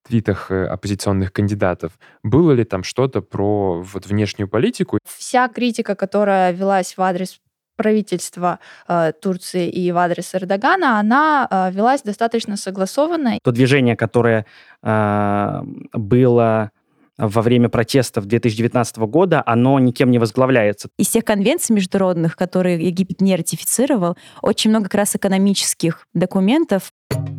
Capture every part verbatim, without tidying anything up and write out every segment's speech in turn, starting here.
твитах э, оппозиционных кандидатов. Было ли там что-то про вот внешнюю политику? Вся критика, которая велась в адрес правительства э, Турции и в адрес Эрдогана, она э, велась достаточно согласованно. То движение, которое э, было во время протестов две тысячи девятнадцатого года, оно никем не возглавляется. Из тех конвенций международных, которые Египет не ратифицировал, очень много как раз экономических документов.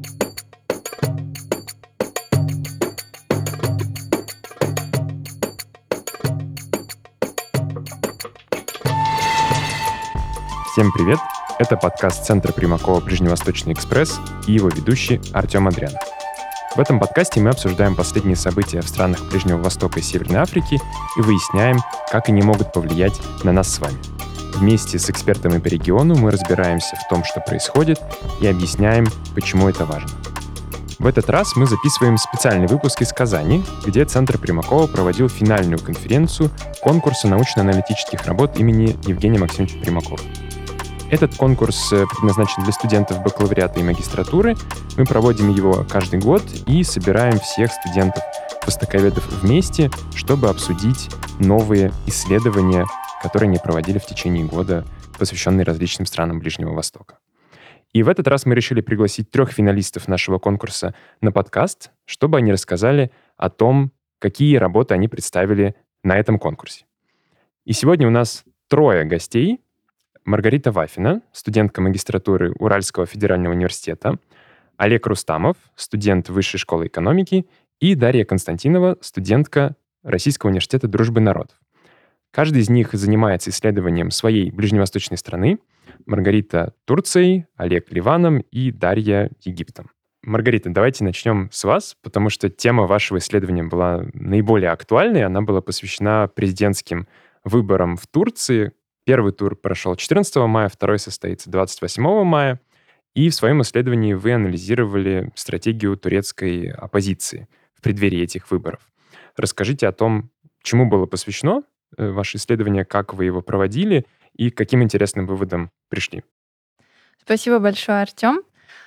Всем привет! Это подкаст Центра Примакова «Ближневосточный экспресс» и его ведущий Артем Адрянов. В этом подкасте мы обсуждаем последние события в странах Ближнего Востока и Северной Африки и выясняем, как они могут повлиять на нас с вами. Вместе с экспертами по региону мы разбираемся в том, что происходит, и объясняем, почему это важно. В этот раз мы записываем специальный выпуск из Казани, где Центр Примакова проводил финальную конференцию конкурса научно-аналитических работ имени Евгения Максимовича Примакова. Этот конкурс предназначен для студентов бакалавриата и магистратуры. Мы проводим его каждый год и собираем всех студентов-востоковедов вместе, чтобы обсудить новые исследования, которые они проводили в течение года, посвященные различным странам Ближнего Востока. И в этот раз мы решили пригласить трех финалистов нашего конкурса на подкаст, чтобы они рассказали о том, какие работы они представили на этом конкурсе. И сегодня у нас трое гостей. Маргарита Вафина, студентка магистратуры Уральского федерального университета, Олег Рустамов, студент Высшей школы экономики, и Дарья Константинова, студентка Российского университета дружбы народов. Каждый из них занимается исследованием своей ближневосточной страны. Маргарита — Турцией, Олег — Ливаном и Дарья — Египтом. Маргарита, давайте начнем с вас, потому что тема вашего исследования была наиболее актуальной. Она была посвящена президентским выборам в Турции. Первый тур прошел четырнадцатого мая, второй состоится двадцать восьмого мая. И в своем исследовании вы анализировали стратегию турецкой оппозиции в преддверии этих выборов. Расскажите о том, чему было посвящено ваше исследование, как вы его проводили и к каким интересным выводам пришли. Спасибо большое, Артем.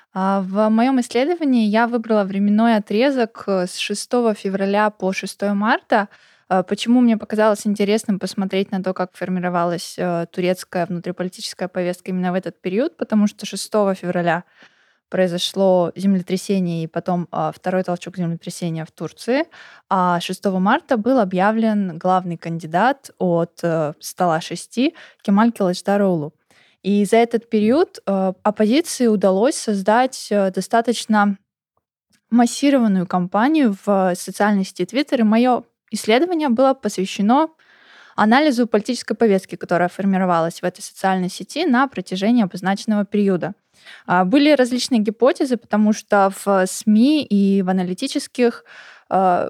В моем исследовании я выбрала временной отрезок с шестого февраля по шестого марта. Почему мне показалось интересным посмотреть на то, как формировалась э, турецкая внутриполитическая повестка именно в этот период, потому что шестого февраля произошло землетрясение и потом э, второй толчок землетрясения в Турции, а шестого марта был объявлен главный кандидат от э, стола шести Кемаль Кылычдароглу. И за этот период э, оппозиции удалось создать э, достаточно массированную кампанию в социальной сети Twitter, и мое исследование было посвящено анализу политической повестки, которая формировалась в этой социальной сети на протяжении обозначенного периода. Были различные гипотезы, потому что в СМИ и в аналитических э,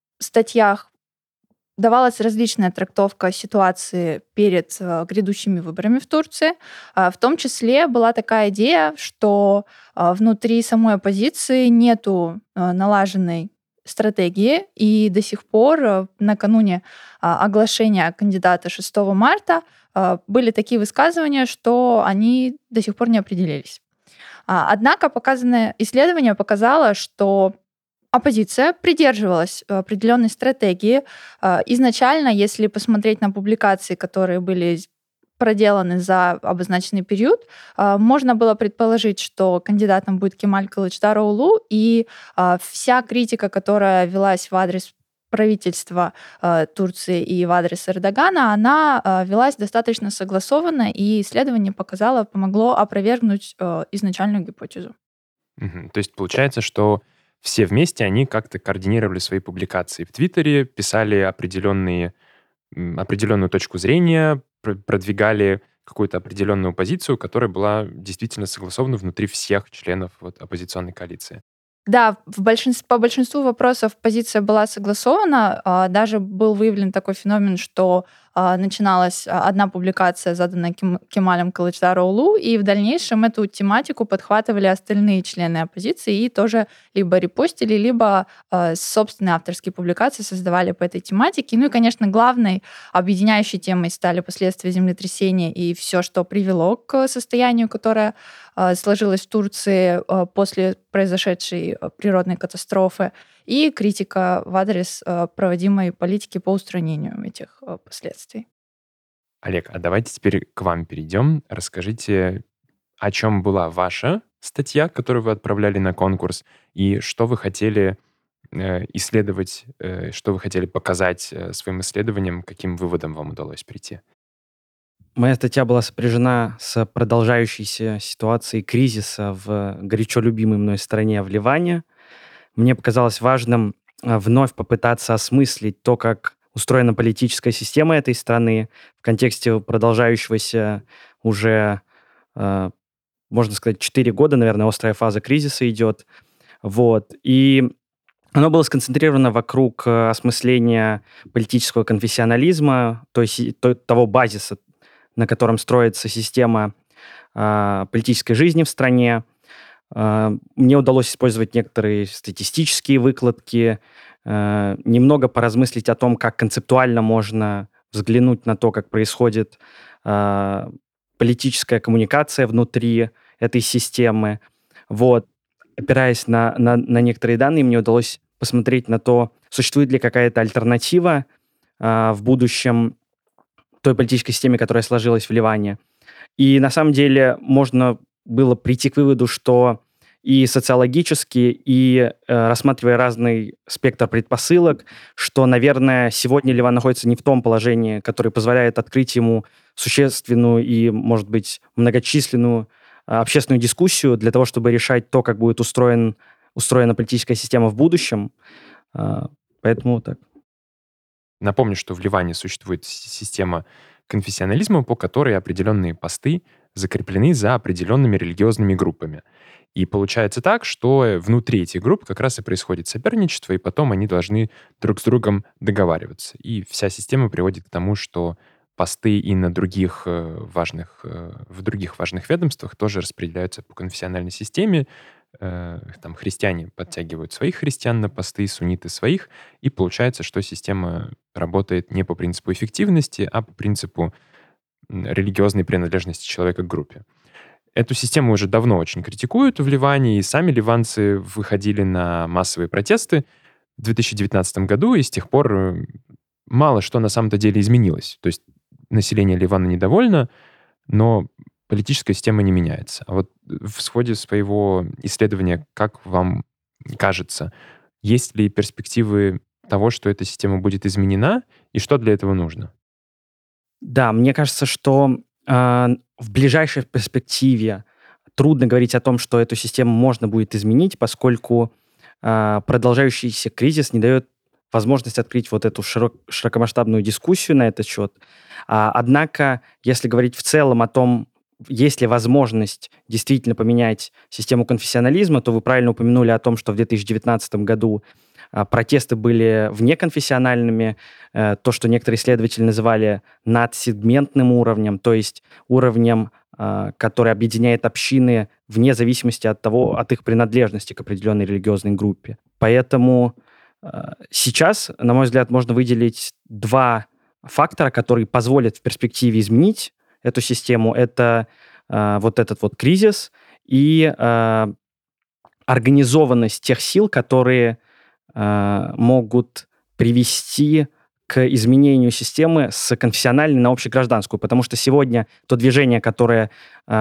статьях давалась различная трактовка ситуации перед э, грядущими выборами в Турции. В том числе была такая идея, что э, внутри самой оппозиции нету э, налаженной стратегии, и до сих пор накануне а, оглашения кандидата шестого марта а, были такие высказывания, что они до сих пор не определились. А, однако показанное исследование показало, что оппозиция придерживалась определенной стратегии. А, изначально, если посмотреть на публикации, которые были проделаны за обозначенный период, можно было предположить, что кандидатом будет Кемаль Кылычдароглу, и вся критика, которая велась в адрес правительства Турции и в адрес Эрдогана, она велась достаточно согласованно, и исследование показало, помогло опровергнуть изначальную гипотезу. Угу. То есть получается, что все вместе они как-то координировали свои публикации в Твиттере, писали определенные, определенную точку зрения, продвигали какую-то определенную позицию, которая была действительно согласована внутри всех членов вот, оппозиционной коалиции. Да, в большинстве, по большинству вопросов позиция была согласована. Даже был выявлен такой феномен, что начиналась одна публикация, заданная Кем, Кемалем Кылычдароглу, и в дальнейшем эту тематику подхватывали остальные члены оппозиции и тоже либо репостили, либо э, собственные авторские публикации создавали по этой тематике. Ну и, конечно, главной объединяющей темой стали последствия землетрясения и все, что привело к состоянию, которое э, сложилось в Турции э, после произошедшей природной катастрофы. и критика в адрес э, проводимой политики по устранению этих э, последствий. Олег, а давайте теперь к вам перейдем. Расскажите, о чем была ваша статья, которую вы отправляли на конкурс, и что вы хотели э, исследовать, э, что вы хотели показать э, своим исследованием, каким выводом вам удалось прийти. Моя статья была сопряжена с продолжающейся ситуацией кризиса в горячо любимой мной стране, в Ливане. Мне показалось важным а, вновь попытаться осмыслить то, как устроена политическая система этой страны в контексте продолжающегося уже, а, можно сказать, четыре года, наверное, острая фаза кризиса идет. Вот. И оно было сконцентрировано вокруг э, осмысления политического конфессионализма, то есть и то- того базиса, на котором строится система а, политической жизни в стране. А, Мне удалось использовать некоторые статистические выкладки, а, немного поразмыслить о том, как концептуально можно взглянуть на то, как происходит а, политическая коммуникация внутри этой системы. Вот. Опираясь на, на, на некоторые данные, мне удалось посмотреть на то, существует ли какая-то альтернатива а, в будущем той политической системе, которая сложилась в Ливане. И на самом деле можно было прийти к выводу, что и социологически, и э, рассматривая разный спектр предпосылок, что, наверное, сегодня Ливан находится не в том положении, которое позволяет открыть ему существенную и, может быть, многочисленную э, общественную дискуссию для того, чтобы решать то, как будет устроен, устроена политическая система в будущем. Э, поэтому вот так. Напомню, что в Ливане существует с- система конфессионализма, по которой определенные посты закреплены за определенными религиозными группами. И получается так, что внутри этих групп как раз и происходит соперничество, и потом они должны друг с другом договариваться. И вся система приводит к тому, что посты и на других э, важных, э, в других важных ведомствах тоже распределяются по конфессиональной системе. Э, Там христиане подтягивают своих христиан на посты, сунниты своих, и получается, что система работает не по принципу эффективности, а по принципу м, религиозной принадлежности человека к группе. Эту систему уже давно очень критикуют в Ливане, и сами ливанцы выходили на массовые протесты в две тысячи девятнадцатом году, и с тех пор э, мало что на самом-то деле изменилось. То есть население Ливана недовольно, но политическая система не меняется. А вот в ходе своего исследования, как вам кажется, есть ли перспективы того, что эта система будет изменена, и что для этого нужно? Да, мне кажется, что э, в ближайшей перспективе трудно говорить о том, что эту систему можно будет изменить, поскольку э, продолжающийся кризис не дает возможность открыть вот эту широк- широкомасштабную дискуссию на этот счет. А, однако, если говорить в целом о том, есть ли возможность действительно поменять систему конфессионализма, то вы правильно упомянули о том, что в две тысячи девятнадцатом году а, протесты были внеконфессиональными, э, то, что некоторые исследователи называли надсегментным уровнем, то есть уровнем, а, который объединяет общины вне зависимости от того, от их принадлежности к определенной религиозной группе. Поэтому а, сейчас, на мой взгляд, можно выделить два фактора, которые позволят в перспективе изменить эту систему. Это а, вот этот вот кризис и а, организованность тех сил, которые а, могут привести к изменению системы с конфессиональной на общегражданскую. Потому что сегодня то движение, которое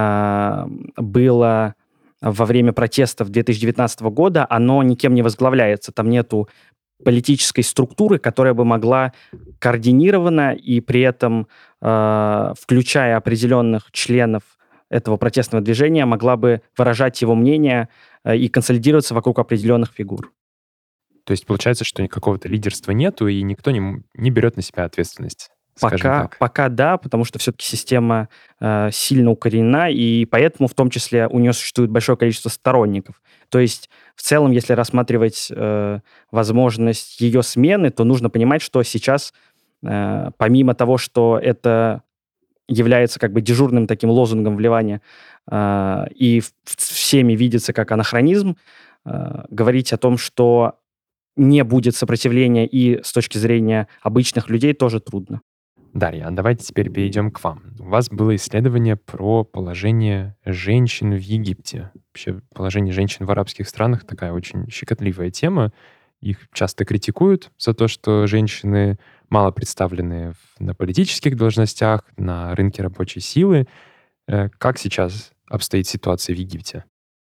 а, было во время протестов две тысячи девятнадцатого года, оно никем не возглавляется. Там нету политической структуры, которая бы могла координированно и при этом, э, включая определенных членов этого протестного движения, могла бы выражать его мнение э, и консолидироваться вокруг определенных фигур. То есть получается, что какого-то лидерства нету, и никто не, м- не берет на себя ответственность, скажем Пока, так. пока да, потому что все-таки система э, сильно укоренена, и поэтому в том числе у нее существует большое количество сторонников. То есть в целом, если рассматривать э, возможность ее смены, то нужно понимать, что сейчас, э, помимо того, что это является как бы дежурным таким лозунгом в Ливане э, и в- в- всеми видится как анахронизм, э, говорить о том, что не будет сопротивления и с точки зрения обычных людей, тоже трудно. Дарья, а давайте теперь перейдем к вам. У вас было исследование про положение женщин в Египте. Вообще положение женщин в арабских странах такая очень щекотливая тема. Их часто критикуют за то, что женщины мало представлены в- на политических должностях, на рынке рабочей силы. Э, Как сейчас обстоит ситуация в Египте?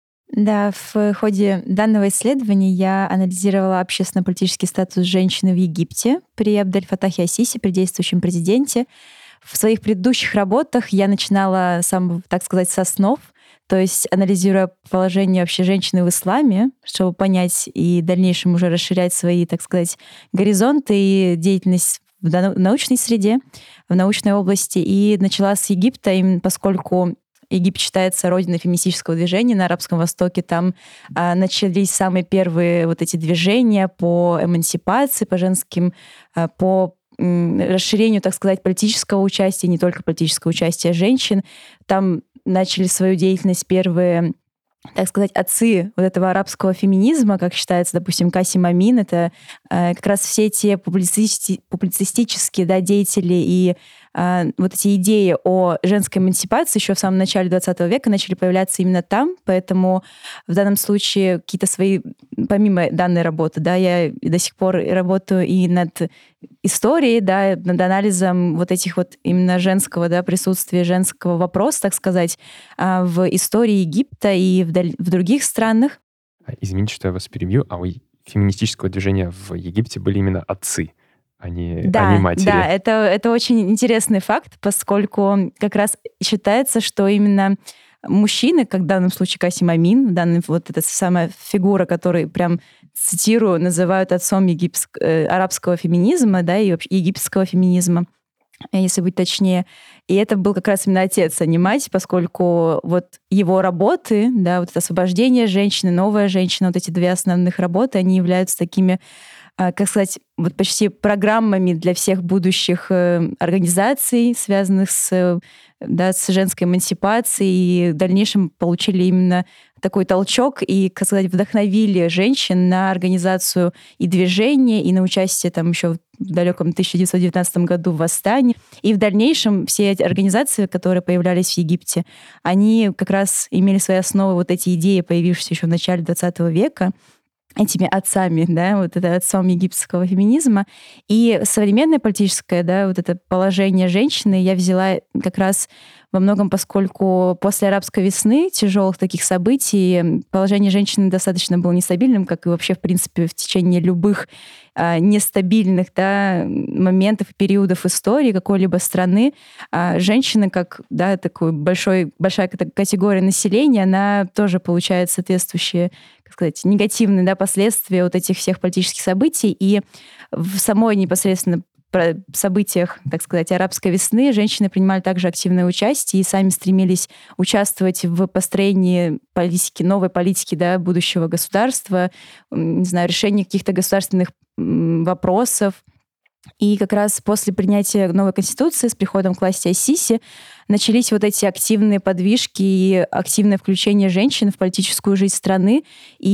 Да, в ходе данного исследования я анализировала общественно-политический статус женщины в Египте при Абдель-Фатахе ас-Сиси, при действующем президенте. В своих предыдущих работах я начинала, сам, так сказать, с основ, то есть анализируя положение вообще женщины в исламе, чтобы понять и в дальнейшем уже расширять свои, так сказать, горизонты и деятельность в дано- научной среде, в научной области. И начала с Египта, именно поскольку Египет считается родиной феминистического движения на Арабском Востоке. Там а, начались самые первые вот эти движения по эмансипации, по женским, а, по м, расширению, так сказать, политического участия, не только политического участия женщин. Там начали свою деятельность первые, так сказать, отцы вот этого арабского феминизма, как считается, допустим, Касим Амин. Это э, как раз все те публицисти- публицистические, да, деятели и э, вот эти идеи о женской эмансипации еще в самом начале двадцатого века начали появляться именно там, поэтому в данном случае какие-то свои, помимо данной работы, да, я и до сих пор работаю и над историей, да, над анализом вот этих вот именно женского, да, присутствия, женского вопроса, так сказать, а, в истории Египта и в, даль- в других странах. А, Извините, что я вас перебью, а у е- феминистического движения в Египте были именно отцы, а не, а не Да, матери. да, это, это очень интересный факт, поскольку как раз считается, что именно мужчины, как в данном случае Касим Амин, данный, вот эта самая фигура, которую прям цитирую, называют отцом египск- э, арабского феминизма, да, и вообще египетского феминизма, если быть точнее. И это был как раз именно отец, а не мать, поскольку вот его работы, да, вот это освобождение женщины, новая женщина, вот эти две основных работы, они являются такими, а, как сказать, вот почти программами для всех будущих э, организаций, связанных с, э, да, с женской эмансипацией, и в дальнейшем получили именно такой толчок и, как сказать, вдохновили женщин на организацию и движения, и на участие там еще в далеком тысяча девятьсот девятнадцатом году в восстании. И в дальнейшем все эти организации, которые появлялись в Египте, они как раз имели свои основы, вот эти идеи, появившиеся еще в начале двадцатого века, этими отцами, да, вот это отцом египетского феминизма. И современное политическое, да, вот это положение женщины я взяла как раз во многом, поскольку после арабской весны, тяжелых таких событий, положение женщины достаточно было нестабильным, как и вообще, в принципе, в течение любых а, нестабильных, да, моментов, периодов истории какой-либо страны. А женщина, как, да, такой большой, большая категория населения, она тоже получает соответствующие, как сказать, негативные, да, последствия вот этих всех политических событий. И в самой непосредственно про- событиях, так сказать, арабской весны женщины принимали также активное участие и сами стремились участвовать в построении политики, новой политики, да, будущего государства, м, не знаю, решении каких-то государственных м, вопросов. И как раз после принятия новой конституции с приходом к власти ас-Сиси начались вот эти активные подвижки и активное включение женщин в политическую жизнь страны.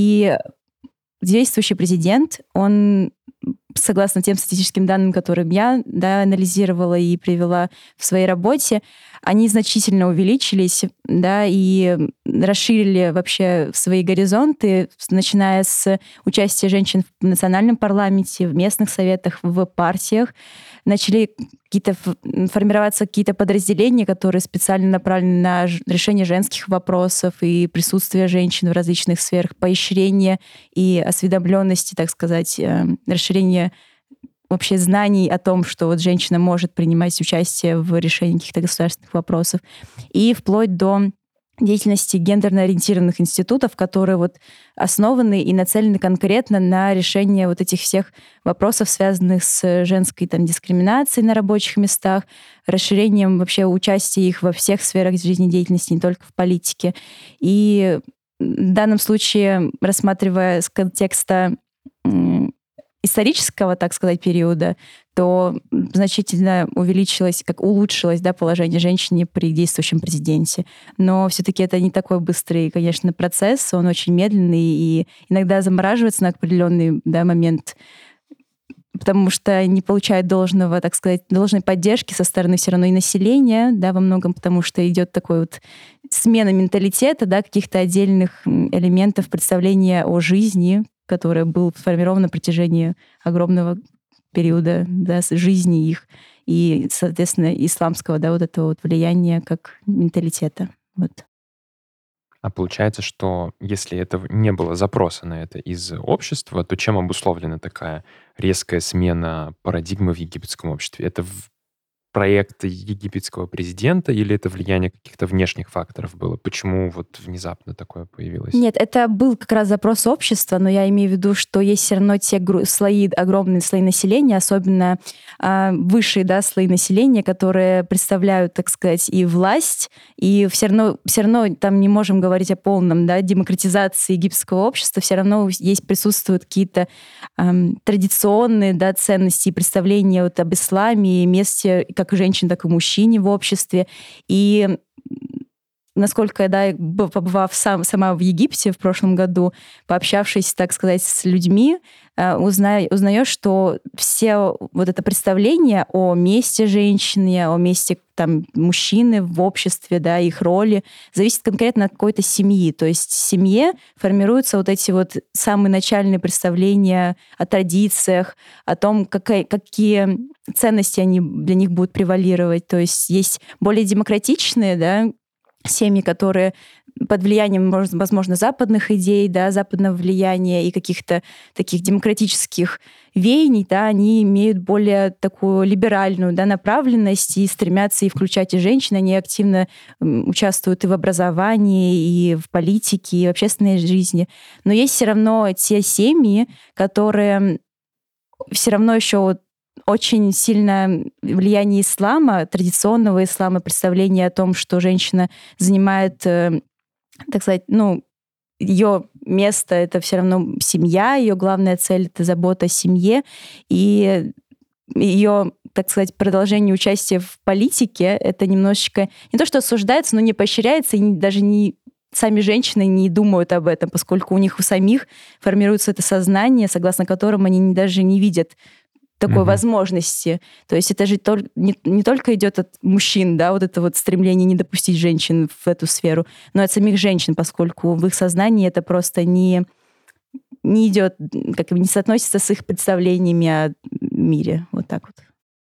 И действующий президент, он, согласно тем статистическим данным, которые я, да, анализировала и привела в своей работе, они значительно увеличились, да, и расширили вообще свои горизонты, начиная с участия женщин в национальном парламенте, в местных советах, в партиях. Начали какие-то ф- формироваться какие-то подразделения, которые специально направлены на ж- решение женских вопросов и присутствие женщин в различных сферах, поощрение и осведомленности, так сказать, э, расширение вообще знаний о том, что вот женщина может принимать участие в решении каких-то государственных вопросов. И вплоть до деятельности гендерно-ориентированных институтов, которые вот основаны и нацелены конкретно на решение вот этих всех вопросов, связанных с женской там, дискриминацией на рабочих местах, расширением вообще участия их во всех сферах жизнедеятельности, не только в политике. И в данном случае, рассматривая с контекста м, исторического, так сказать, периода, то значительно увеличилось, как улучшилось, да, положение женщины при действующем президенте. Но все-таки это не такой быстрый, конечно, процесс, он очень медленный и иногда замораживается на определенный, да, момент, потому что не получает должного, так сказать, должной поддержки со стороны все равно и населения, да, во многом, потому что идет такой вот смена менталитета, да, каких-то отдельных м, элементов представления о жизни, который был сформирован на протяжении огромного периода, да, жизни их и, соответственно, исламского, да, вот этого вот влияния как менталитета. Вот. А получается, что если это не было запроса на это из общества, то чем обусловлена такая резкая смена парадигмы в египетском обществе? Это в- проект египетского президента или это влияние каких-то внешних факторов было? Почему вот внезапно такое появилось? Нет, это был как раз запрос общества, но я имею в виду, что есть все равно те гру- слои, огромные слои населения, особенно а, высшие, да, слои населения, которые представляют, так сказать, и власть, и все равно, все равно там не можем говорить о полном, да, демократизации египетского общества, все равно есть, присутствуют какие-то ам, традиционные, да, ценности и представления вот об исламе и месте как женщин, так и мужчине в обществе. И насколько я, да, б- побывав сам, сама в Египте в прошлом году, пообщавшись, так сказать, с людьми, э, узна- узнаешь, что все вот это представление о месте женщины, о месте там, мужчины в обществе, да, их роли, зависит конкретно от какой-то семьи. То есть в семье формируются вот эти вот самые начальные представления о традициях, о том, какая, какие ценности они для них будут превалировать. То есть есть более демократичные, да, семьи, которые под влиянием, может, возможно, западных идей, да, западного влияния и каких-то таких демократических веяний, да, они имеют более такую либеральную, да, направленность и стремятся и включать и женщин, они активно м, участвуют и в образовании, и в политике, и в общественной жизни. Но есть все равно те семьи, которые все равно еще вот очень сильное влияние ислама, традиционного ислама, представление о том, что женщина занимает, э, так сказать, ну, ее место — это все равно семья, ее главная цель — это забота о семье, и ее, так сказать, продолжение участия в политике — это немножечко не то, что осуждается, но не поощряется, и не- даже не сами женщины не думают об этом, поскольку у них у самих формируется это сознание, согласно которому они не- даже не видят такой Мгм. возможности. То есть это же тол- не, не только идет от мужчин, да, вот это вот стремление не допустить женщин в эту сферу, но и от самих женщин, поскольку в их сознании это просто не, не идет, как бы не соотносится с их представлениями о мире. Вот так вот.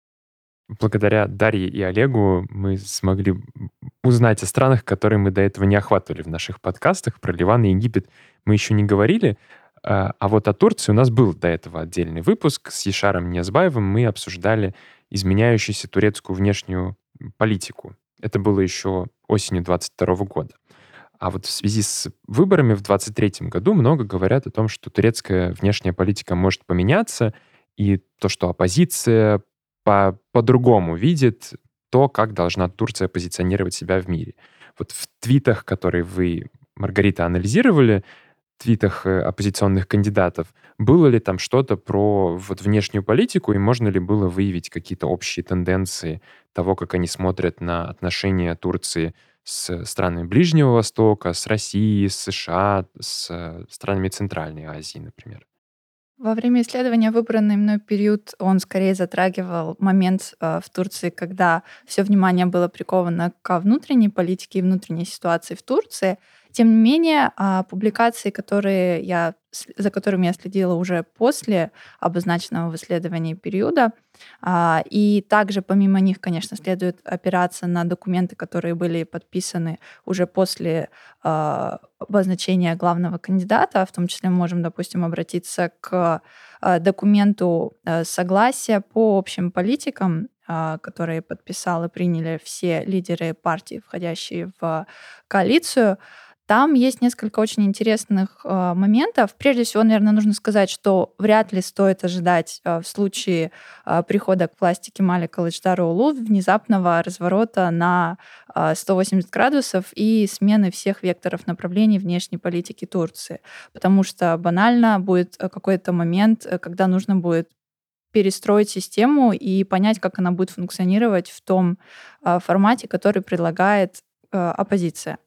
Благодаря Дарье и Олегу мы смогли узнать о странах, которые мы до этого не охватывали в наших подкастах. Про Ливан и Египет мы еще не говорили. А а вот о Турции у нас был до этого отдельный выпуск. С Ешаром Ниязбаевым мы обсуждали изменяющуюся турецкую внешнюю политику. Это было еще осенью двадцать второго года. А вот в связи с выборами в двадцать третьем году много говорят о том, что турецкая внешняя политика может поменяться, и то, что оппозиция по- по-другому видит то, как должна Турция позиционировать себя в мире. Вот в твитах, которые вы, Маргарита, анализировали, твитах э, оппозиционных кандидатов, было ли там что-то про вот внешнюю политику, и можно ли было выявить какие-то общие тенденции того, как они смотрят на отношения Турции с странами Ближнего Востока, с Россией, с США, с э, странами Центральной Азии, например? Во время исследования выбранный мной период, он скорее затрагивал момент э, в Турции, когда все внимание было приковано ко внутренней политике и внутренней ситуации в Турции. Тем не менее, а, публикации, которые я, с- за которыми я следила уже после обозначенного в исследовании периода, а, и также помимо них, конечно, следует опираться на документы, которые были подписаны уже после а, обозначения главного кандидата. В том числе мы можем, допустим, обратиться к а, документу э, согласия по общим политикам, а, которые подписал и приняли все лидеры партий, входящие в коалицию. Там есть несколько очень интересных а, моментов. Прежде всего, наверное, нужно сказать, что вряд ли стоит ожидать а, в случае а, прихода к власти Кемаля Кылычдароглу внезапного разворота на а, сто восемьдесят градусов и смены всех векторов направлений внешней политики Турции. Потому что банально будет э, какой-то момент, э, когда нужно будет перестроить систему и понять, как она будет функционировать в том а, формате, который предлагает э, оппозиция.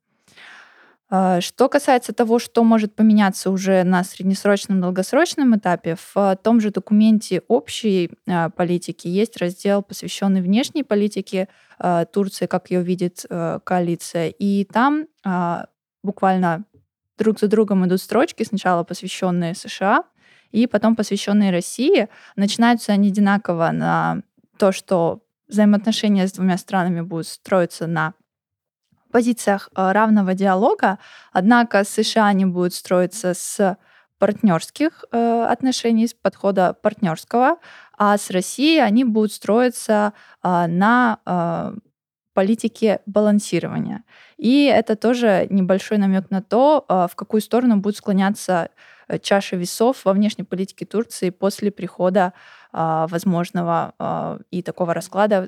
А, Что касается того, что может поменяться уже на среднесрочном, долгосрочном этапе, в том же документе общей а, политики есть раздел, посвященный внешней политике а, Турции, как ее видит э, коалиция. И там а, буквально друг за другом идут строчки, сначала посвященные США, и потом посвященные России. Начинаются они одинаково на то, что взаимоотношения с двумя странами будут строиться на позициях э, равного диалога, однако с США они будут строиться с партнерских э, отношений, с подхода партнерского, а с Россией они будут строиться э, на э, политике балансирования. И это тоже небольшой намек на то, э, в какую сторону будет склоняться э, чаша весов во внешней политике Турции после прихода э, возможного э, и такого расклада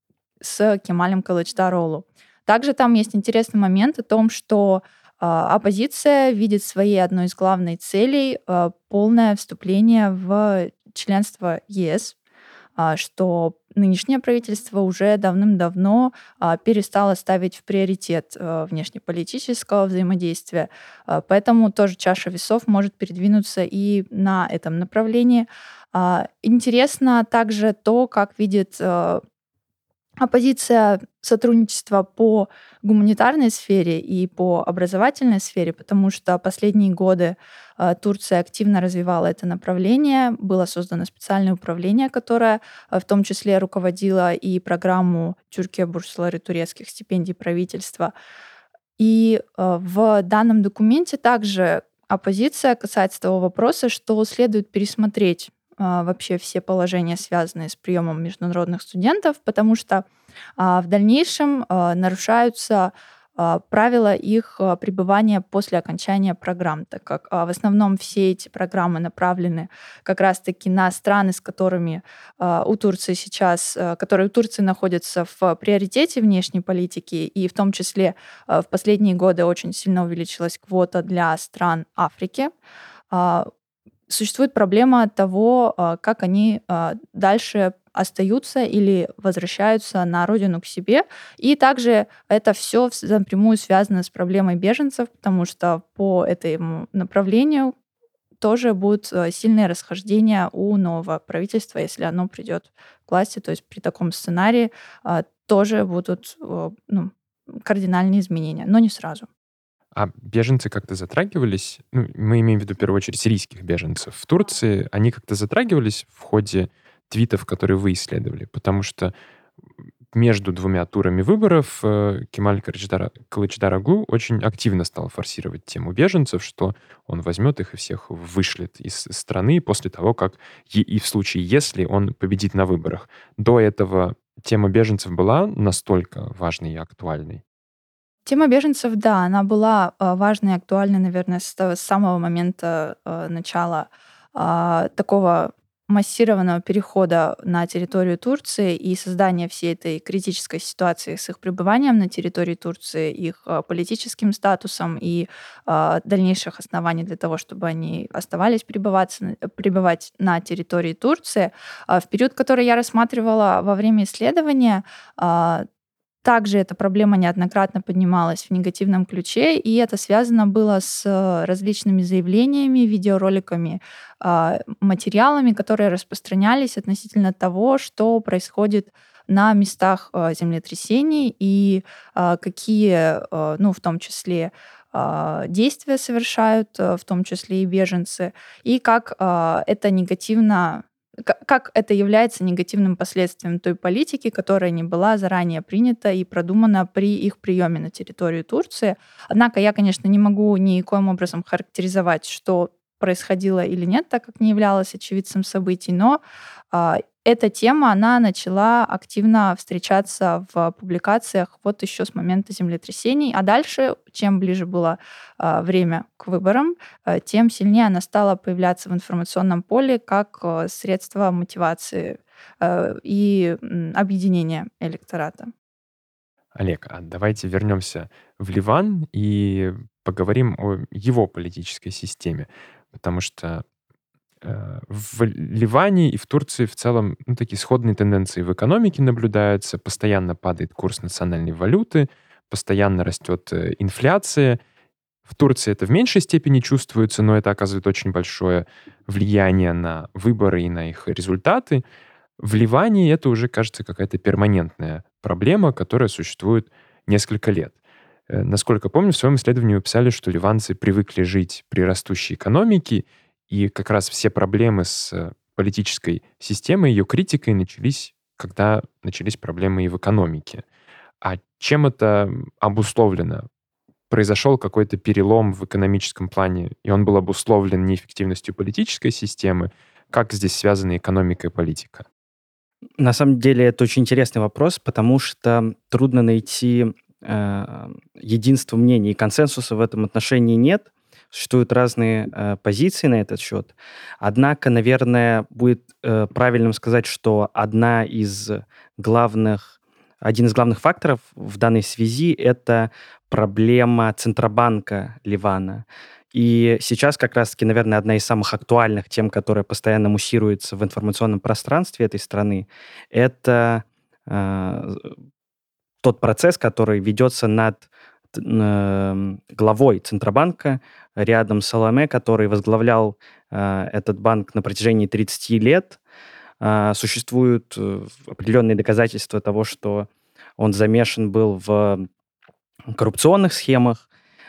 с Кемалем Кылычдароглу. Также там есть интересный момент о том, что э, оппозиция видит своей одной из главных целей э, полное вступление в членство ЕС, э, что нынешнее правительство уже давным-давно э, перестало ставить в приоритет э, внешнеполитического взаимодействия. Э, поэтому тоже чаша весов может передвинуться и на этом направлении. Э, интересно также то, как видит э, оппозиция сотрудничества по гуманитарной сфере и по образовательной сфере, потому что последние годы э, Турция активно развивала это направление. Было создано специальное управление, которое э, в том числе руководило и программу «Türkiye Bursları» турецких стипендий правительства. И э, в данном документе также оппозиция касается того вопроса, что следует пересмотреть вообще все положения, связанные с приемом международных студентов, потому что а, в дальнейшем а, нарушаются а, правила их а, пребывания после окончания программ, так как а, в основном все эти программы направлены как раз-таки на страны, с которыми а, у Турции сейчас, а, которые у Турции находятся в приоритете внешней политики, и в том числе а, в последние годы очень сильно увеличилась квота для стран Африки. А, Существует проблема того, как они дальше остаются или возвращаются на родину к себе. И также это все напрямую связано с проблемой беженцев, потому что по этому направлению тоже будут сильные расхождения у нового правительства, если оно придет к власти. То есть при таком сценарии тоже будут ну, кардинальные изменения, но не сразу. А беженцы как-то затрагивались? Ну, мы имеем в виду, в первую очередь, сирийских беженцев. В Турции они как-то затрагивались в ходе твитов, которые вы исследовали? Потому что между двумя турами выборов э, Кемаль Кылычдароглу очень активно стал форсировать тему беженцев, что он возьмет их и всех вышлет из страны после того, как и, и в случае, если он победит на выборах. До этого тема беженцев была настолько важной и актуальной? Тема беженцев, да, она была э, важной и актуальной, наверное, с, с самого момента э, начала э, такого массированного перехода на территорию Турции и создания всей этой критической ситуации с их пребыванием на территории Турции, их э, политическим статусом и э, дальнейших оснований для того, чтобы они оставались пребывать, пребывать на территории Турции. Э, в период, который я рассматривала во время исследования, э, Также эта проблема неоднократно поднималась в негативном ключе, и это связано было с различными заявлениями, видеороликами, материалами, которые распространялись относительно того, что происходит на местах землетрясений и какие, ну, в том числе, действия совершают, в том числе и беженцы, и как это негативно как это является негативным последствием той политики, которая не была заранее принята и продумана при их приеме на территорию Турции. Однако я, конечно, не могу никоим образом характеризовать, что происходило или нет, так как не являлась очевидцем событий, но а, эта тема, она начала активно встречаться в публикациях вот еще с момента землетрясений, а дальше, чем ближе было а, время к выборам, а, тем сильнее она стала появляться в информационном поле как а, средство мотивации а, и м, объединения электората. Олег, а давайте вернемся в Ливан и поговорим о его политической системе, потому что э, в Ливане и в Турции в целом ну, такие сходные тенденции в экономике наблюдаются, постоянно падает курс национальной валюты, постоянно растет э, инфляция. В Турции это в меньшей степени чувствуется, но это оказывает очень большое влияние на выборы и на их результаты. В Ливане это уже, кажется, какая-то перманентная проблема, которая существует несколько лет. Э, Насколько помню, в своем исследовании вы писали, что ливанцы привыкли жить при растущей экономике, и как раз все проблемы с э, политической системой, ее критикой начались, когда начались проблемы и в экономике. А чем это м, обусловлено? Произошел какой-то перелом в экономическом плане, и он был обусловлен неэффективностью политической системы. Как здесь связаны экономика и политика? На самом деле это очень интересный вопрос, потому что трудно найти э, единство мнений и консенсуса в этом отношении нет. Существуют разные э, позиции на этот счет. Однако, наверное, будет э, правильным сказать, что одна из главных, один из главных факторов в данной связи — это проблема Центробанка Ливана. И сейчас как раз-таки, наверное, одна из самых актуальных тем, которая постоянно муссируется в информационном пространстве этой страны, это э, тот процесс, который ведется над т- н- главой Центробанка, рядом с Саламе, который возглавлял э, этот банк на протяжении тридцати лет. Э, существуют э, определенные доказательства того, что он замешан был в коррупционных схемах.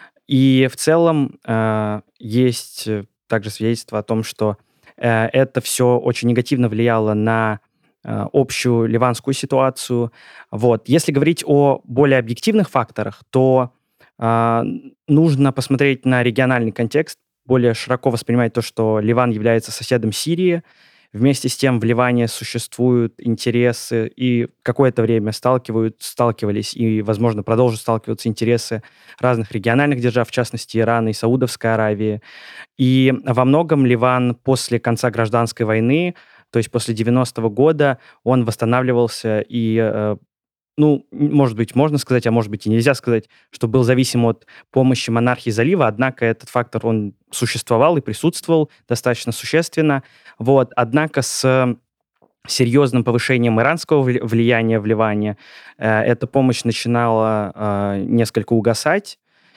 И в целом э, есть э, также свидетельство о том, что э, это все очень негативно влияло на э, общую ливанскую ситуацию. Вот. Если говорить о более объективных факторах, то э, нужно посмотреть на региональный контекст, более широко воспринимать то, что Ливан является соседом Сирии. Вместе с тем в Ливане существуют интересы и какое-то время сталкивают, сталкивались и, возможно, продолжат сталкиваться интересы разных региональных держав, в частности, Ирана и Саудовской Аравии. И во многом Ливан после конца гражданской войны, то есть после девяностого года, он восстанавливался и, э, ну, может быть, можно сказать, а может быть и нельзя сказать, что был зависим от помощи монархии залива, однако этот фактор, он существовал и присутствовал достаточно существенно. Вот. Однако с серьезным повышением иранского вли- влияния в Ливане э, эта помощь начинала э, несколько угасать,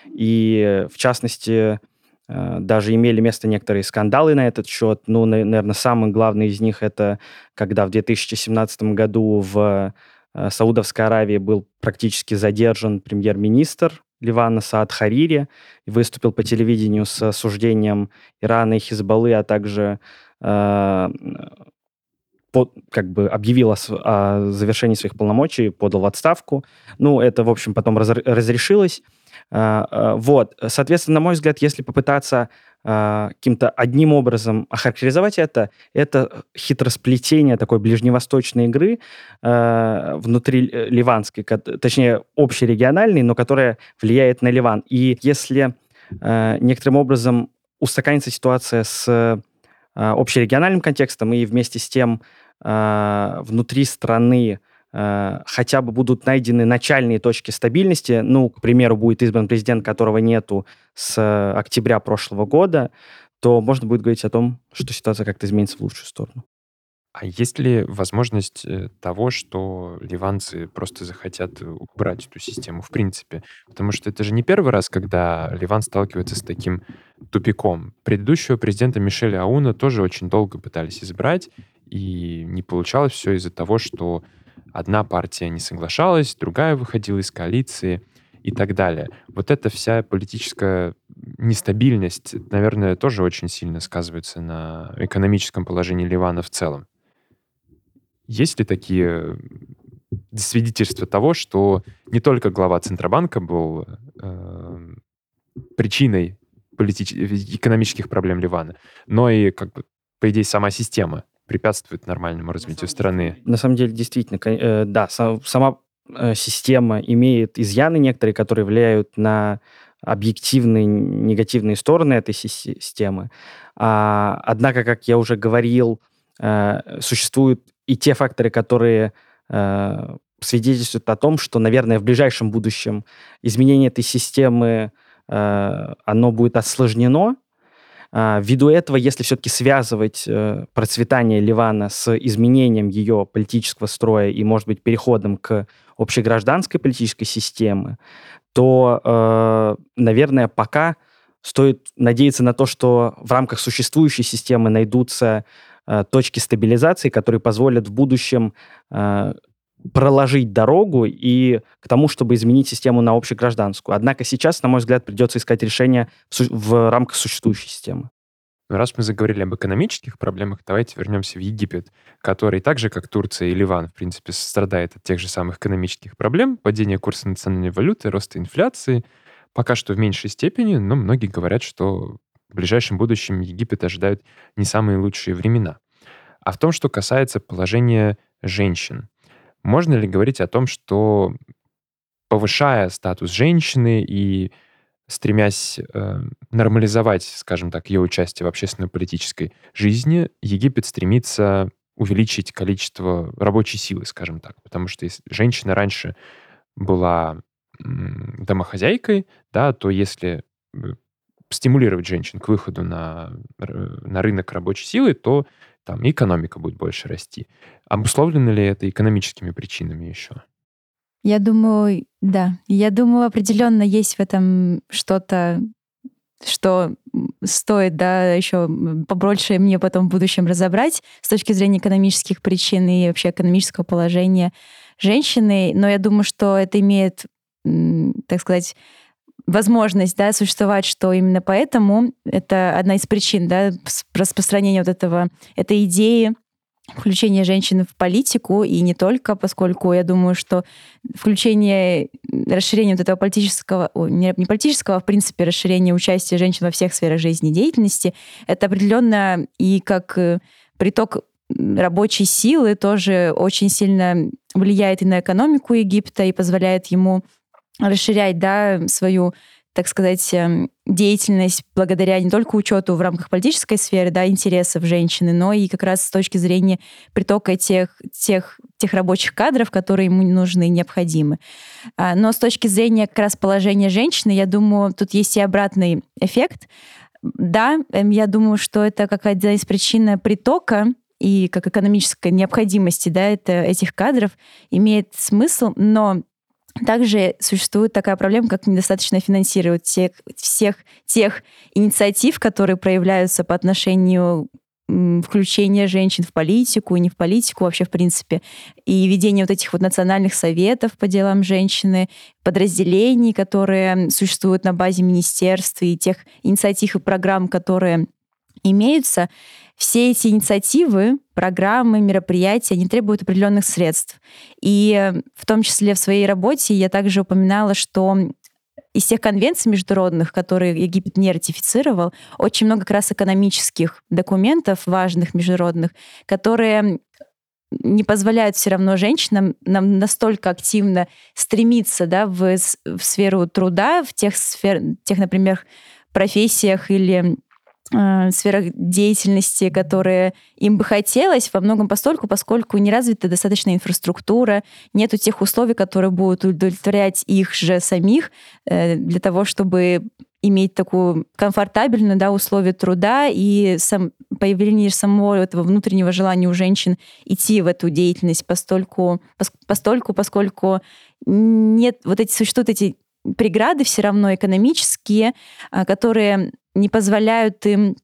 и, э, в частности, э, даже имели место некоторые скандалы на этот счет. Ну, на- наверное, самый главный из них — это когда в две тысячи семнадцатом году в э, Саудовской Аравии был практически задержан премьер-министр Ливана Саад Харири и выступил по телевидению с осуждением Ирана и Хизбаллы, а также э, по- как бы объявил о, св- о завершении своих полномочий, подал в отставку. Ну, это, в общем, потом разр- разрешилось. А, а, вот, соответственно, на мой взгляд, если попытаться а, каким-то одним образом охарактеризовать это, это хитросплетение такой ближневосточной игры а, внутри э, ливанской, ко- точнее, общерегиональной, но которая влияет на Ливан. И если а, некоторым образом устаканится ситуация с а, общерегиональным контекстом, и вместе с тем а, внутри страны а, хотя бы будут найдены начальные точки стабильности. Ну, к примеру, будет избран президент, которого нету с э, октября прошлого года, то можно будет говорить о том, что ситуация как-то изменится в лучшую сторону. А есть ли возможность э, того, что ливанцы просто захотят э, убрать эту систему в принципе? Потому что это же не первый раз, когда Ливан сталкивается с таким тупиком. Предыдущего президента Мишеля Ауна тоже очень долго пытались избрать, и не получалось все из-за того, что одна партия не соглашалась, другая выходила из коалиции и так далее. Вот эта вся политическая нестабильность, наверное, тоже очень сильно сказывается на экономическом положении Ливана в целом. Есть ли такие свидетельства того, что не только глава Центробанка был э, причиной политич- экономических проблем Ливана, но и, как бы, по идее, сама система препятствует нормальному развитию страны? На самом деле, действительно, кон- э, да, са- сама э, система имеет изъяны некоторые, которые влияют на объективные негативные стороны этой си- системы. А, однако, как я уже говорил, э, существуют и те факторы, которые э, свидетельствуют о том, что, наверное, в ближайшем будущем изменение этой системы, э, оно будет осложнено. А, ввиду этого, если все-таки связывать э, процветание Ливана с изменением ее политического строя и, может быть, переходом к общегражданской политической системе, то, э, наверное, пока стоит надеяться на то, что в рамках существующей системы найдутся э, точки стабилизации, которые позволят в будущем э, проложить дорогу и к тому, чтобы изменить систему на общегражданскую. Однако сейчас, на мой взгляд, придется искать решение в, су- в рамках существующей системы. Но раз мы заговорили об экономических проблемах, давайте вернемся в Египет, который так же, как Турция и Ливан, в принципе, страдает от тех же самых экономических проблем, падения курса национальной валюты, роста инфляции. Пока что в меньшей степени, но многие говорят, что в ближайшем будущем Египет ожидают не самые лучшие времена. А в том, что касается положения женщин, можно ли говорить о том, что, повышая статус женщины и стремясь э, нормализовать, скажем так, ее участие в общественно-политической жизни, Египет стремится увеличить количество рабочей силы, скажем так. Потому что если женщина раньше была м, домохозяйкой, да, то если э, стимулировать женщин к выходу на, р- на рынок рабочей силы, то там экономика будет больше расти. Обусловлено ли это экономическими причинами еще? Я думаю, да. Я думаю, определенно есть в этом что-то, что м, стоит, да, еще побольше мне потом в будущем разобрать с точки зрения экономических причин и вообще экономического положения женщины. Но я думаю, что это имеет, м, так сказать, возможность, да, существовать, что именно поэтому это одна из причин, да, с- распространения вот этого, этой идеи включение женщины в политику, и не только, поскольку я думаю, что включение, расширение вот этого политического, ой, не не политического, а в принципе расширение участия женщин во всех сферах жизни и деятельности, это определенно и как э, приток м, рабочей силы тоже очень сильно влияет и на экономику Египта и позволяет ему расширять, да, свою, так сказать, эм, деятельность благодаря не только учету в рамках политической сферы, да, интересов женщины, но и как раз с точки зрения притока тех, тех, тех рабочих кадров, которые ему нужны и необходимы. А, Но с точки зрения как раз положения женщины, я думаю, тут есть и обратный эффект. Да, эм, я думаю, что это какая-то из причин притока и как экономической необходимости, да, это, этих кадров имеет смысл, но также существует такая проблема, как недостаточно финансировать тех, всех тех инициатив, которые проявляются по отношению м, включения женщин в политику, и не в политику вообще в принципе, и ведение вот этих вот национальных советов по делам женщины, подразделений, которые существуют на базе министерств, и тех инициатив и программ, которые имеются. Все эти инициативы, программы, мероприятия, они требуют определенных средств. И э, в том числе в своей работе я также упоминала, что из тех конвенций международных, которые Египет не ратифицировал, очень много как раз экономических документов важных международных, которые не позволяют все равно женщинам нам настолько активно стремиться, да, в, с- в сферу труда, в тех, сфер, тех, например, профессиях или э, сферах деятельности, которые им бы хотелось, во многом постольку, поскольку не развита достаточно инфраструктура, нету тех условий, которые будут удовлетворять их же самих э, для того, чтобы иметь такую комфортабельную, да, условия труда и сам, появление самого этого внутреннего желания у женщин идти в эту деятельность постольку, пос- постольку, поскольку нет, вот эти существуют эти преграды все равно экономические, а, которые не позволяют им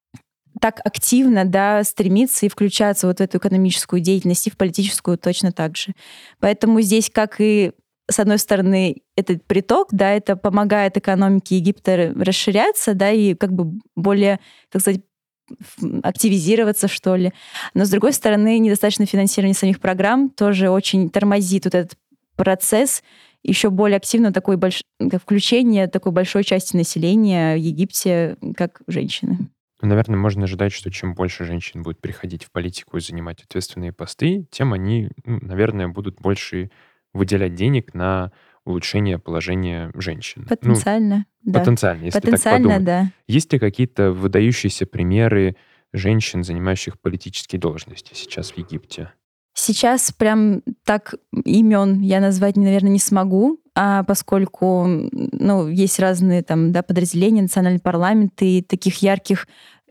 так активно, да, стремиться и включаться вот в эту экономическую деятельность и в политическую точно так же. Поэтому здесь, как и с одной стороны, этот приток, да, это помогает экономике Египта расширяться, да, и как бы более, так сказать, ф- активизироваться, что ли. Но, с другой стороны, недостаточное финансирование самих программ тоже очень тормозит вот этот процесс еще более активно такой больш... как включение такой большой части населения в Египте как женщины. Ну, наверное, можно ожидать, что чем больше женщин будет приходить в политику и занимать ответственные посты, тем они, ну, наверное, будут больше выделять денег на улучшение положения женщин. Ну, Потенциально, да. потенциально, если так Потенциально, подумать. да. Есть ли какие-то выдающиеся примеры женщин, занимающих политические должности сейчас в Египте? Сейчас прям так имен я назвать, наверное, не смогу, а поскольку, ну, есть разные там, да, подразделения, национальный парламент, и таких ярких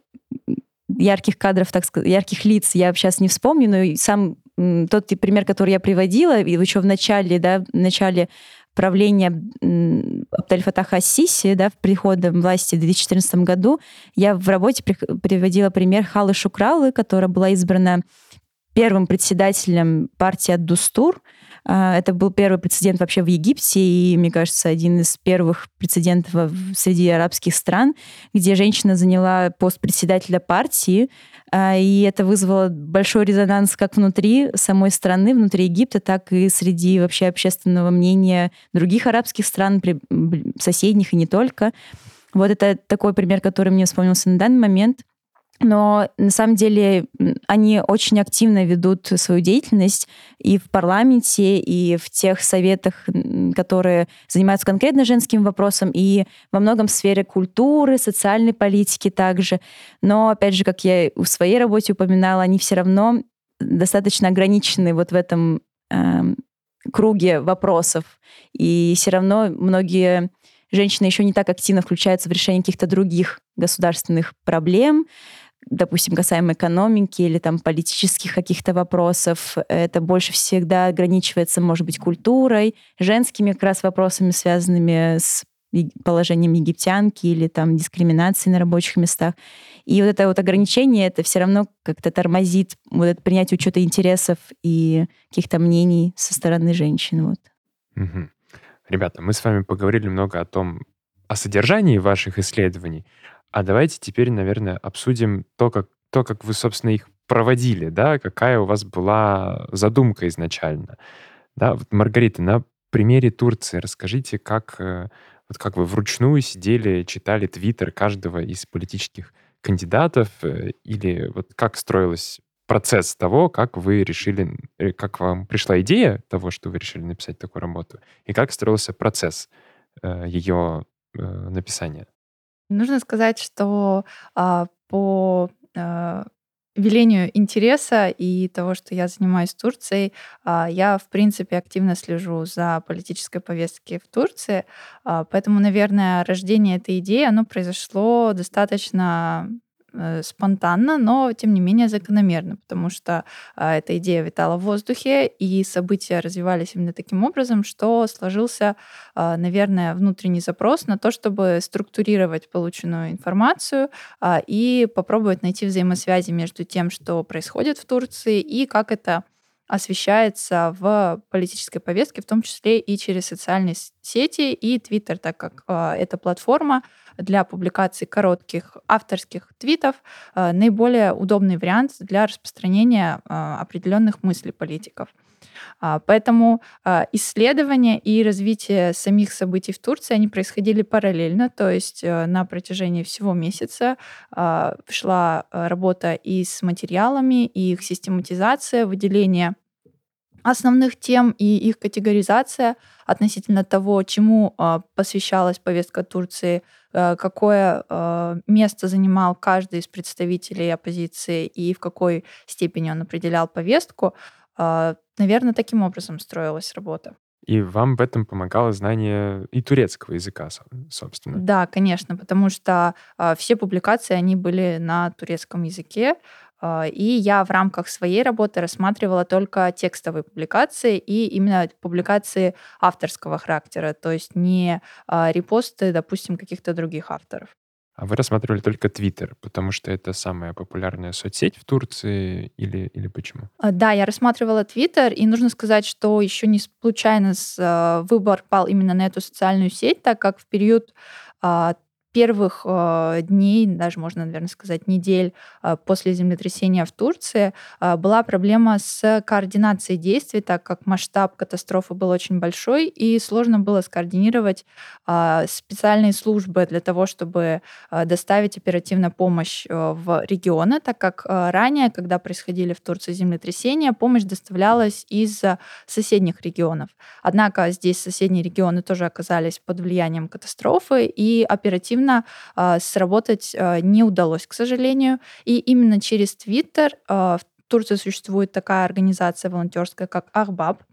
ярких кадров, так сказать, ярких лиц я сейчас не вспомню, но и сам м, тот тип- пример, который я приводила, и еще в начале, да, в начале правления м, Абдаль-Фатаха ас-Сиси, да, в приходе власти в две тысячи четырнадцатом году, я в работе при- приводила пример Халы Шукралы, которая была избрана первым председателем партии Ад-Дустур, А, Это был первый прецедент вообще в Египте, и, мне кажется, один из первых прецедентов в- среди арабских стран, где женщина заняла пост председателя партии, а, и это вызвало большой резонанс как внутри самой страны, внутри Египта, так и среди вообще общественного мнения других арабских стран, при- м, соседних и не только. Вот это такой пример, который мне вспомнился на данный момент. Но на самом деле м, они очень активно ведут свою деятельность и в парламенте, и в тех советах, м, которые занимаются конкретно женским вопросом, и во многом в сфере культуры, социальной политики также. Но, опять же, как я в своей работе упоминала, они все равно достаточно ограничены вот в этом эм, круге вопросов. И все равно многие женщины еще не так активно включаются в решение каких-то других государственных проблем, допустим, касаемо экономики или там политических каких-то вопросов. Это больше всегда ограничивается, может быть, культурой, женскими как раз вопросами, связанными с и- положением египтянки или там дискриминацией на рабочих местах. И вот это вот ограничение, это все равно как-то тормозит вот это принятие учета интересов и каких-то мнений со стороны женщин. Вот. Мгм. Ребята, мы с вами поговорили много о том, о содержании ваших исследований, а давайте теперь, наверное, обсудим то, как, то, как вы, собственно, их проводили, да, какая у вас была задумка изначально. Да, вот, Маргарита, на примере Турции расскажите, как, э, вот как вы вручную сидели, читали твиттер каждого из политических кандидатов, э, или вот как строилась процесс того, как вы решили, э, как вам пришла идея того, что вы решили написать такую работу, и как строился процесс э, ее э, написания. Нужно сказать, что а, по а, велению интереса и того, что я занимаюсь Турцией, а, я, в принципе, активно слежу за политической повесткой в Турции. А, Поэтому, наверное, рождение этой идеи, оно произошло достаточно э, спонтанно, но, тем не менее, закономерно, потому что а, эта идея витала в воздухе, и события развивались именно таким образом, что сложился, а, наверное, внутренний запрос на то, чтобы структурировать полученную информацию а, и попробовать найти взаимосвязи между тем, что происходит в Турции, и как это освещается в политической повестке, в том числе и через социальные с- сети и Твиттер, так как а, эта платформа для публикации коротких авторских твитов а, наиболее удобный вариант для распространения а, определенных мыслей политиков. А, Поэтому а, исследования и развитие самих событий в Турции, они происходили параллельно, то есть э, на протяжении всего месяца а, шла а, работа и с материалами, и их систематизация, выделение основных тем и их категоризация относительно того, чему а, посвящалась повестка Турции, э, какое а, место занимал каждый из представителей оппозиции и в какой степени он определял повестку. Наверное, таким образом строилась работа. И вам в этом помогало знание и турецкого языка, со- собственно. Да, конечно, потому что а, все публикации, они были на турецком языке, а, и я в рамках своей работы рассматривала только текстовые публикации и именно публикации авторского характера, то есть не а, репосты, допустим, каких-то других авторов. А вы рассматривали только Твиттер, потому что это самая популярная соцсеть в Турции, или, или почему? А, Да, я рассматривала Твиттер, и нужно сказать, что еще не случайно с, а, выбор пал именно на эту социальную сеть, так как в период а, первых а, дней, даже можно, наверное, сказать, недель а, после землетрясения в Турции а, была проблема с координацией действий, так как масштаб катастрофы был очень большой, и сложно было скоординировать а, специальные службы для того, чтобы а, доставить оперативно помощь э, в регионы, так как э, ранее, когда происходили в Турции землетрясения, помощь доставлялась из э, соседних регионов. Однако здесь соседние регионы тоже оказались под влиянием катастрофы, и оперативно э, сработать э, не удалось, к сожалению. И именно через Твиттер э, в Турции существует такая организация волонтерская, как Ахбаб.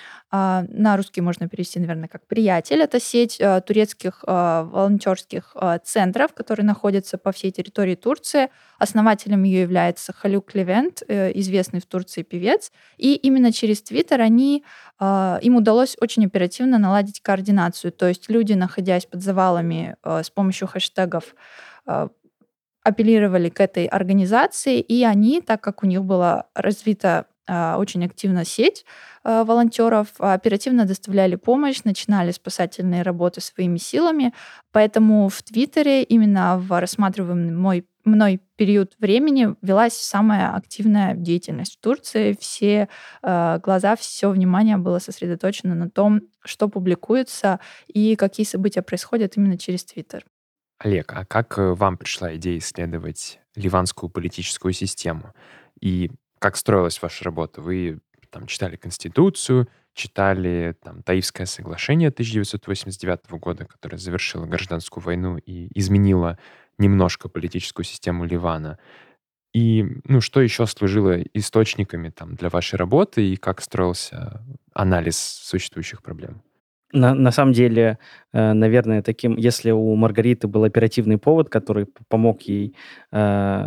А, На русский можно перевести, наверное, как «приятель». Это сеть э, турецких э, волонтерских э, центров, которые находятся по всей территории Турции. Основателем ее является Халюк Левент, э, известный в Турции певец. И именно через Твиттер они, э, им удалось очень оперативно наладить координацию. То есть люди, находясь под завалами э, с помощью хэштегов, э, апеллировали к этой организации, и они, так как у них было развито а, очень активно сеть а, волонтеров, оперативно доставляли помощь, начинали спасательные работы своими силами. Поэтому в Твиттере именно в рассматриваемый мой, мной период времени велась самая активная деятельность в Турции. Все э, глаза, все внимание было сосредоточено на том, что публикуется и какие события происходят именно через Твиттер. Олег, а как э, вам пришла идея исследовать ливанскую политическую систему? И как строилась ваша работа? Вы там читали Конституцию, читали там Таифское соглашение тысяча девятьсот восемьдесят девятого года, которое завершило гражданскую войну и изменило немножко политическую систему Ливана. И, ну, что еще служило источниками там для вашей работы и как строился анализ существующих проблем? На, на самом деле, э, наверное, таким, если у Маргариты был оперативный повод, который п- помог ей э, э,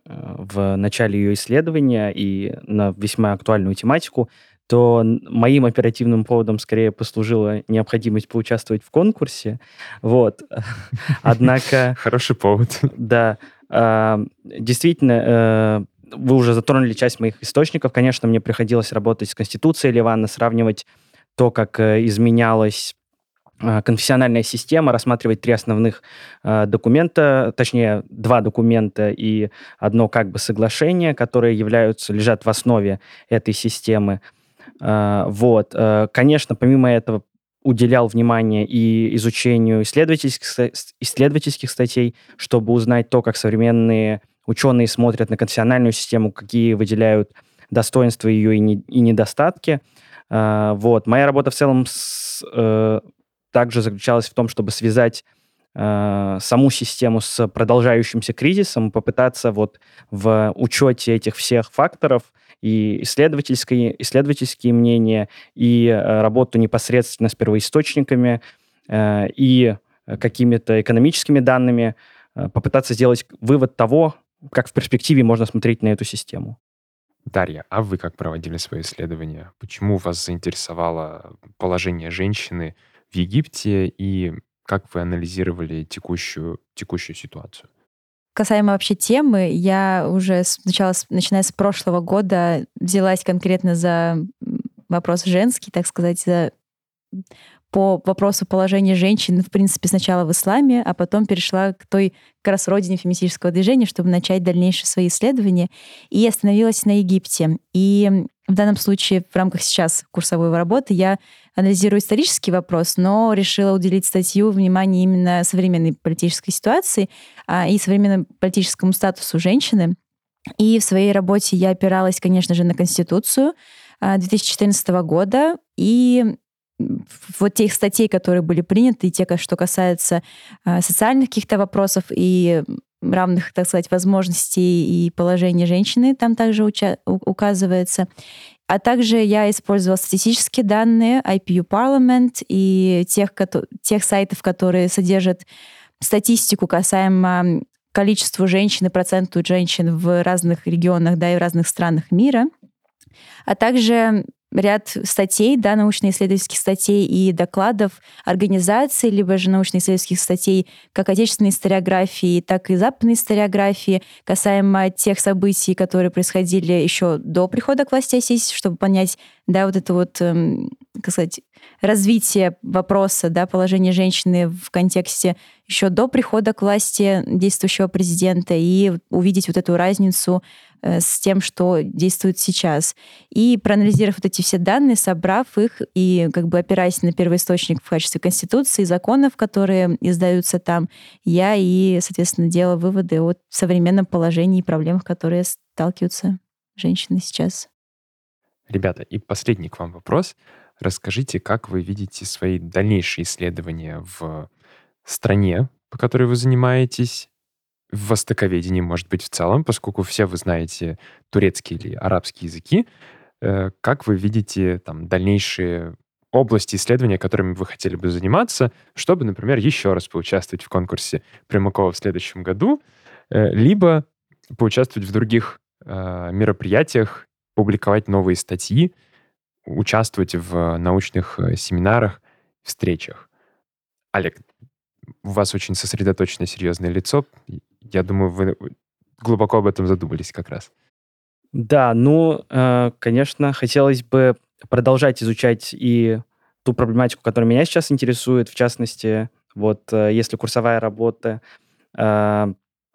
в начале ее исследования и на весьма актуальную тематику, то н- моим оперативным поводом скорее послужила необходимость поучаствовать в конкурсе. Вот. Однако, Хороший повод. да, а, действительно, э, вы уже затронули часть моих источников. Конечно, мне приходилось работать с Конституцией Ливана, сравнивать то, как э, изменялась э, конфессиональная система, рассматривать три основных э, документа, точнее, два документа и одно как бы соглашение, которые являются, лежат в основе этой системы. Э, вот. Э, Конечно, помимо этого уделял внимание и изучению исследовательских, ста- исследовательских статей, чтобы узнать то, как современные ученые смотрят на конфессиональную систему, какие выделяют достоинства ее и, не- и недостатки. А, вот. Моя работа в целом с, э, также заключалась в том, чтобы связать э, саму систему с продолжающимся кризисом, попытаться вот в учете этих всех факторов и исследовательские, исследовательские мнения, и э, работу непосредственно с первоисточниками, э, и какими-то экономическими данными, э, попытаться сделать вывод того, как в перспективе можно смотреть на эту систему. Дарья, а вы как проводили свои исследования? Почему вас заинтересовало положение женщины в Египте и как вы анализировали текущую, текущую ситуацию? Касаемо вообще темы, я уже сначала, начиная с прошлого года, взялась конкретно за м, вопрос женский, так сказать, за по вопросу положения женщин, в принципе, сначала в исламе, а потом перешла к той как раз родине феминистического движения, чтобы начать дальнейшие свои исследования, и остановилась на Египте. И в данном случае в рамках сейчас курсовой работы я анализирую исторический вопрос, но решила уделить статью внимание именно современной политической ситуации а, и современному политическому статусу женщины. И в своей работе я опиралась, конечно же, на Конституцию а, две тысячи четырнадцатого года и вот тех статей, которые были приняты, и те, что касаются э, социальных каких-то вопросов и равных, так сказать, возможностей и положения женщины, там также уча- у- указывается. А также я использовала статистические данные ай пи ю Parliament и тех, кото- тех сайтов, которые содержат статистику касаемо количеству женщин и проценту женщин в разных регионах, да, и в разных странах мира, а также ряд статей, да, научно-исследовательских статей и докладов организаций, либо же научно-исследовательских статей как отечественной историографии, так и западной историографии, касаемо тех событий, которые происходили еще до прихода к власти Сиси, чтобы понять, да, вот это вот, эм, как сказать, развитие вопроса, да, положения женщины в контексте еще до прихода к власти действующего президента и увидеть вот эту разницу э, с тем, что действует сейчас. И проанализировав вот эти все данные, собрав их и как бы опираясь на первоисточник в качестве Конституции, законов, которые издаются там, я и, соответственно, делала выводы о современном положении и проблемах, которые сталкиваются женщины сейчас. Ребята, и последний к вам вопрос. Расскажите, как вы видите свои дальнейшие исследования в стране, по которой вы занимаетесь, в востоковедении, может быть, в целом, поскольку все вы знаете турецкий или арабский языки. Э, Как вы видите там дальнейшие области исследования, которыми вы хотели бы заниматься, чтобы, например, еще раз поучаствовать в конкурсе Примакова в следующем году, э, либо поучаствовать в других э, мероприятиях, публиковать новые статьи, участвовать в научных э, семинарах, встречах. Олег, у вас очень сосредоточенное, серьезное лицо. Я думаю, вы глубоко об этом задумались как раз. Да, ну, э, конечно, хотелось бы продолжать изучать и ту проблематику, которая меня сейчас интересует, в частности, вот э, если курсовая работа э,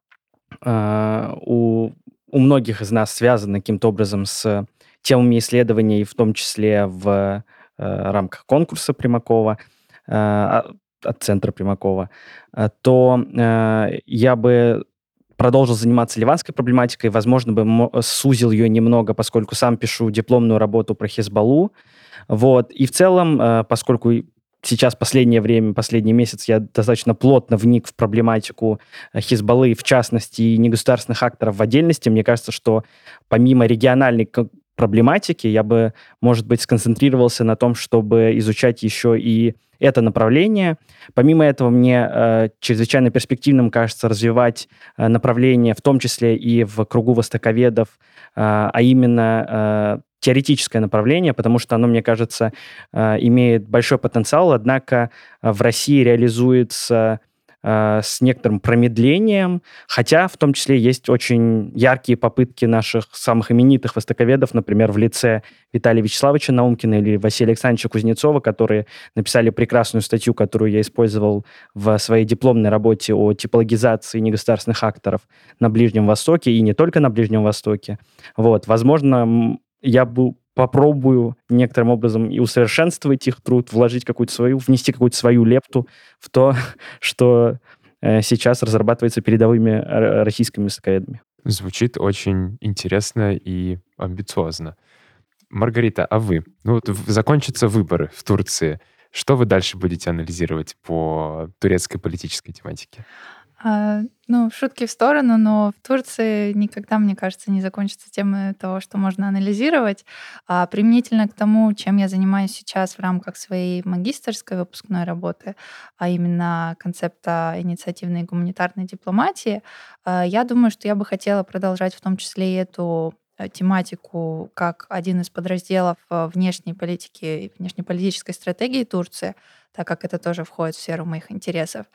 э, у, у многих из нас связана каким-то образом с темами исследований, в том числе в э, рамках конкурса Примакова, э, а- от Центра Примакова, э, то э, я бы продолжил заниматься ливанской проблематикой, возможно, бы мо- сузил ее немного, поскольку сам пишу дипломную работу про Хизбаллу. Вот. И в целом, э, поскольку и сейчас последнее время, последний месяц я достаточно плотно вник в проблематику э, Хизбаллы, в частности, и негосударственных акторов в отдельности, мне кажется, что помимо региональной ко- проблематики, я бы, может быть, сконцентрировался на том, чтобы изучать еще и это направление. Помимо этого, мне э, чрезвычайно перспективным кажется развивать э, направление, в том числе и в кругу востоковедов, э, а именно э, теоретическое направление, потому что оно, мне кажется, э, имеет большой потенциал, однако э, в России реализуется э, с некоторым промедлением, хотя в том числе есть очень яркие попытки наших самых именитых востоковедов, например, в лице Виталия Вячеславовича Наумкина или Василия Александровича Кузнецова, которые написали прекрасную статью, которую я использовал в своей дипломной работе о типологизации негосударственных акторов на Ближнем Востоке и не только на Ближнем Востоке. Вот, возможно, м, я бы попробую некоторым образом и усовершенствовать их труд, вложить какую-то свою, внести какую-то свою лепту в то, что э, сейчас разрабатывается передовыми р- российскими востоковедами. Звучит очень интересно и амбициозно. Маргарита, а вы? Ну вот в- закончатся выборы в Турции. Что вы дальше будете анализировать по турецкой политической тематике? А, ну, шутки в сторону, но в Турции никогда, мне кажется, не закончится тема того, что можно анализировать. А применительно к тому, чем я занимаюсь сейчас в рамках своей магистерской выпускной работы, а именно концепта инициативной и гуманитарной дипломатии, а, я думаю, что я бы хотела продолжать в том числе и эту э, тематику как один из подразделов э, внешней политики и внешнеполитической стратегии Турции, так как это тоже входит в сферу моих интересов.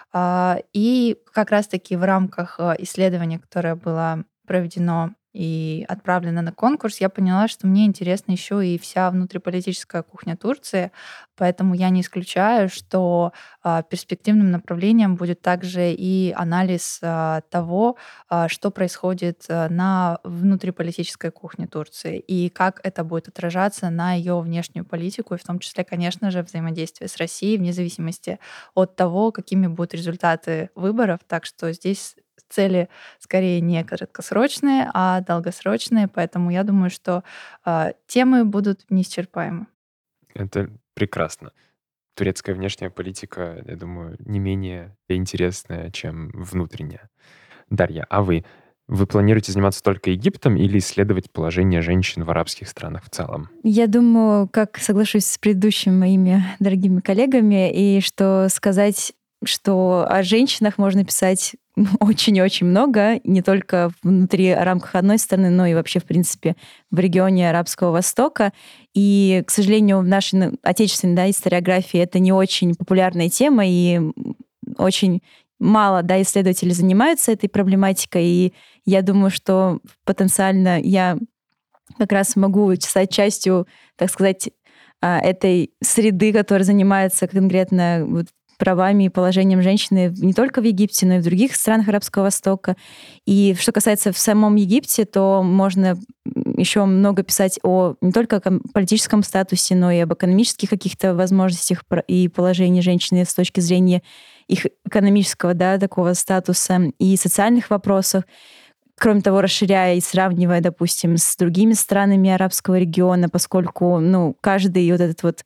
А, И как раз-таки в рамках э, исследования, которое было проведено и отправлено на конкурс, я поняла, что мне интересна еще и вся внутриполитическая кухня Турции, поэтому я не исключаю, что а, перспективным направлением будет также и анализ а, того, а, что происходит а, на внутриполитической кухне Турции и как это будет отражаться на ее внешнюю политику, и в том числе, конечно же, взаимодействие с Россией, вне зависимости от того, какими будут результаты выборов. Так что здесь цели скорее не краткосрочные, а долгосрочные, поэтому я думаю, что а, темы будут неисчерпаемы. Это прекрасно. Турецкая внешняя политика, я думаю, не менее интересная, чем внутренняя. Дарья, а вы? Вы планируете заниматься только Египтом или исследовать положение женщин в арабских странах в целом? Я думаю, как соглашусь с предыдущими моими дорогими коллегами, и что сказать, что о женщинах можно писать очень-очень много, не только внутри рамках одной страны, но и вообще, в принципе, в регионе Арабского Востока. И, к сожалению, в нашей ну, отечественной да, историографии это не очень популярная тема, и очень мало да, исследователей занимаются этой проблематикой. И я думаю, что потенциально я как раз могу стать частью, так сказать, а, этой среды, которая занимается конкретно вот правами и положением женщины не только в Египте, но и в других странах Арабского Востока. И что касается в самом Египте, то можно еще много писать о не только о политическом статусе, но и об экономических каких-то возможностях и положении женщины с точки зрения их экономического да, такого статуса и социальных вопросов. Кроме того, расширяя и сравнивая, допустим, с другими странами арабского региона, поскольку, ну, каждый вот этот вот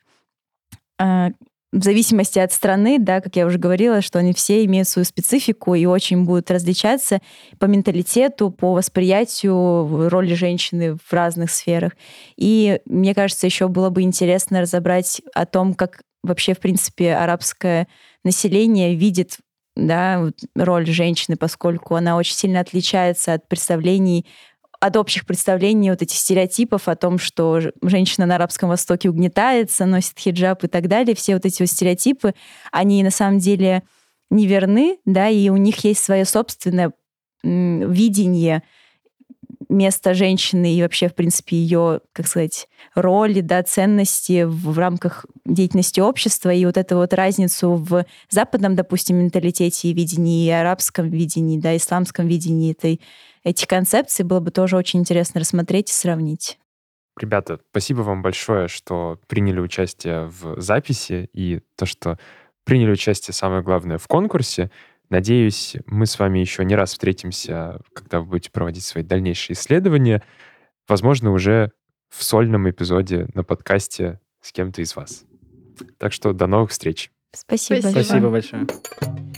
э, в зависимости от страны, да, как я уже говорила, что они все имеют свою специфику и очень будут различаться по менталитету, по восприятию роли женщины в разных сферах. И мне кажется, еще было бы интересно разобрать о том, как вообще, в принципе, арабское население видит да, вот роль женщины, поскольку она очень сильно отличается от представлений, от общих представлений, вот этих стереотипов о том, что женщина на Арабском Востоке угнетается, носит хиджаб и так далее. Все вот эти вот стереотипы, они на самом деле неверны, да, и у них есть свое собственное м, видение место женщины и вообще, в принципе, ее, как сказать, роли, да, ценности в, в рамках деятельности общества, и вот эту вот разницу в западном, допустим, менталитете и видении, и арабском видении, да, исламском видении этой, этих концепций было бы тоже очень интересно рассмотреть и сравнить. Ребята, спасибо вам большое, что приняли участие в записи и то, что приняли участие, самое главное, в конкурсе. Надеюсь, мы с вами еще не раз встретимся, когда вы будете проводить свои дальнейшие исследования, возможно, уже в сольном эпизоде на подкасте с кем-то из вас. Так что до новых встреч. Спасибо. Спасибо. Спасибо большое.